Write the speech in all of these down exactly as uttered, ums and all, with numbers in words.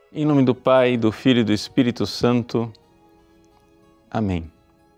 Em nome do Pai, do Filho e do Espírito Santo. Amém.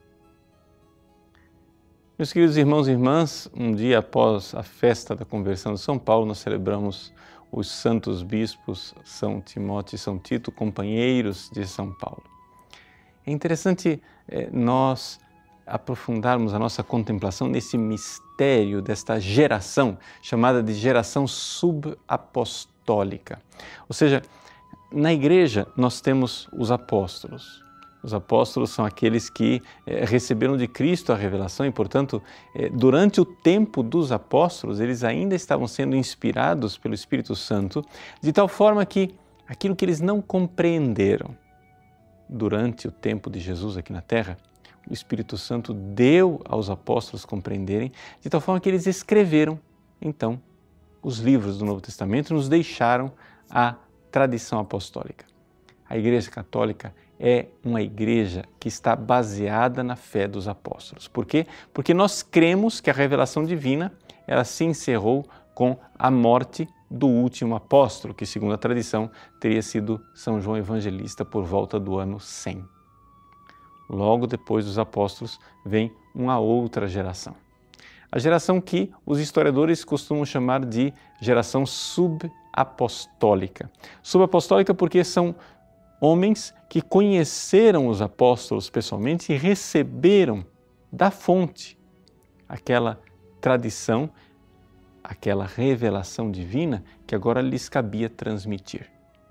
Meus queridos irmãos e irmãs, um dia após a festa da conversão de São Paulo, nós celebramos os santos bispos São Timóteo e São Tito, companheiros de São Paulo. É interessante eh, nós aprofundarmos a nossa contemplação nesse mistério desta geração, chamada de geração subapostólica. Ou seja, na igreja nós temos os apóstolos. Os apóstolos são aqueles que eh, receberam de Cristo a revelação e, portanto, eh, durante o tempo dos apóstolos, eles ainda estavam sendo inspirados pelo Espírito Santo, de tal forma que aquilo que eles não compreenderam durante o tempo de Jesus aqui na Terra, o Espírito Santo deu aos apóstolos compreenderem, de tal forma que eles escreveram, então, os livros do Novo Testamento e nos deixaram a tradição apostólica. A Igreja Católica é uma igreja que está baseada na fé dos apóstolos. Por quê? Porque nós cremos que a revelação divina ela se encerrou com a morte do último apóstolo, que segundo a tradição teria sido São João Evangelista por volta do ano cem. Logo depois dos apóstolos vem uma outra geração. A geração que os historiadores costumam chamar de geração subapostólica. Subapostólica porque são homens que conheceram os apóstolos pessoalmente e receberam da fonte aquela tradição, aquela revelação divina que agora lhes cabia transmitir.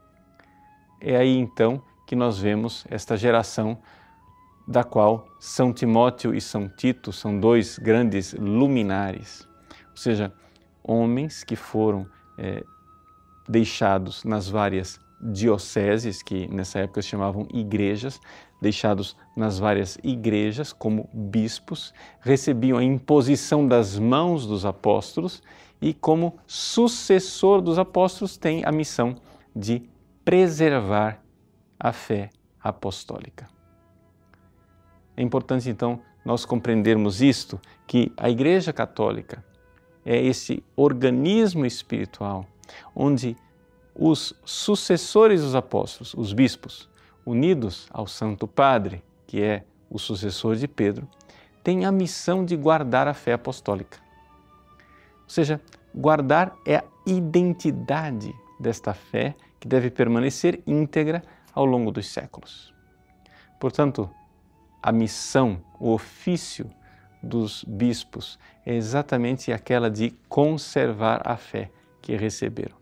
É aí então que nós vemos esta geração da qual São Timóteo e São Tito são dois grandes luminares, ou seja, homens que foram é, deixados nas várias dioceses, que nessa época se chamavam igrejas, deixados nas várias igrejas como bispos, recebiam a imposição das mãos dos apóstolos e como sucessor dos apóstolos tem a missão de preservar a fé apostólica. É importante, então, nós compreendermos isto, que a Igreja Católica é esse organismo espiritual onde os sucessores dos apóstolos, os bispos, unidos ao Santo Padre, que é o sucessor de Pedro, têm a missão de guardar a fé apostólica. Ou seja, guardar é a identidade desta fé que deve permanecer íntegra ao longo dos séculos. Portanto, a missão, o ofício dos bispos é exatamente aquela de conservar a fé que receberam.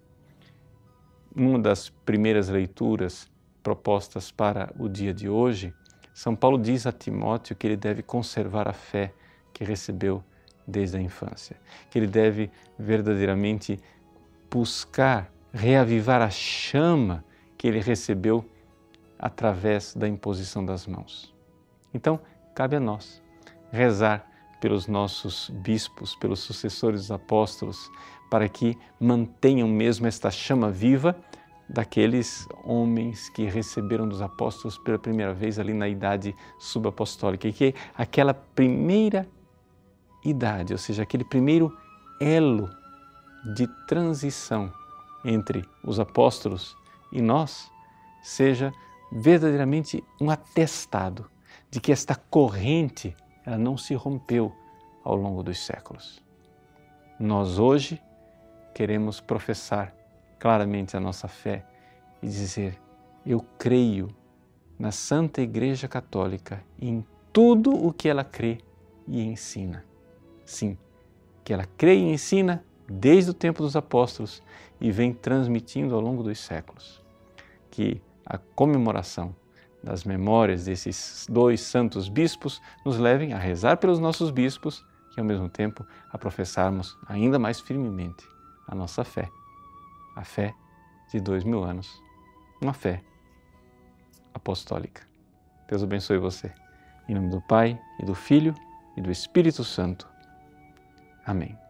Numa das primeiras leituras propostas para o dia de hoje, São Paulo diz a Timóteo que ele deve conservar a fé que recebeu desde a infância, que ele deve verdadeiramente buscar reavivar a chama que ele recebeu através da imposição das mãos. Então, cabe a nós rezar pelos nossos bispos, pelos sucessores dos apóstolos, para que mantenham mesmo esta chama viva daqueles homens que receberam dos apóstolos pela primeira vez ali na idade subapostólica, e que aquela primeira idade, ou seja, aquele primeiro elo de transição entre os apóstolos e nós, seja verdadeiramente um atestado de que esta corrente ela não se rompeu ao longo dos séculos. Nós hoje queremos professar claramente a nossa fé e dizer: eu creio na Santa Igreja Católica e em tudo o que ela crê e ensina. Sim, que ela crê e ensina desde o tempo dos apóstolos e vem transmitindo ao longo dos séculos. Que a comemoração das memórias desses dois santos bispos nos levem a rezar pelos nossos bispos e, ao mesmo tempo, a professarmos ainda mais firmemente a nossa fé, a fé de dois mil anos, uma fé apostólica. Deus abençoe você. Em nome do Pai, e do Filho, e do Espírito Santo. Amém.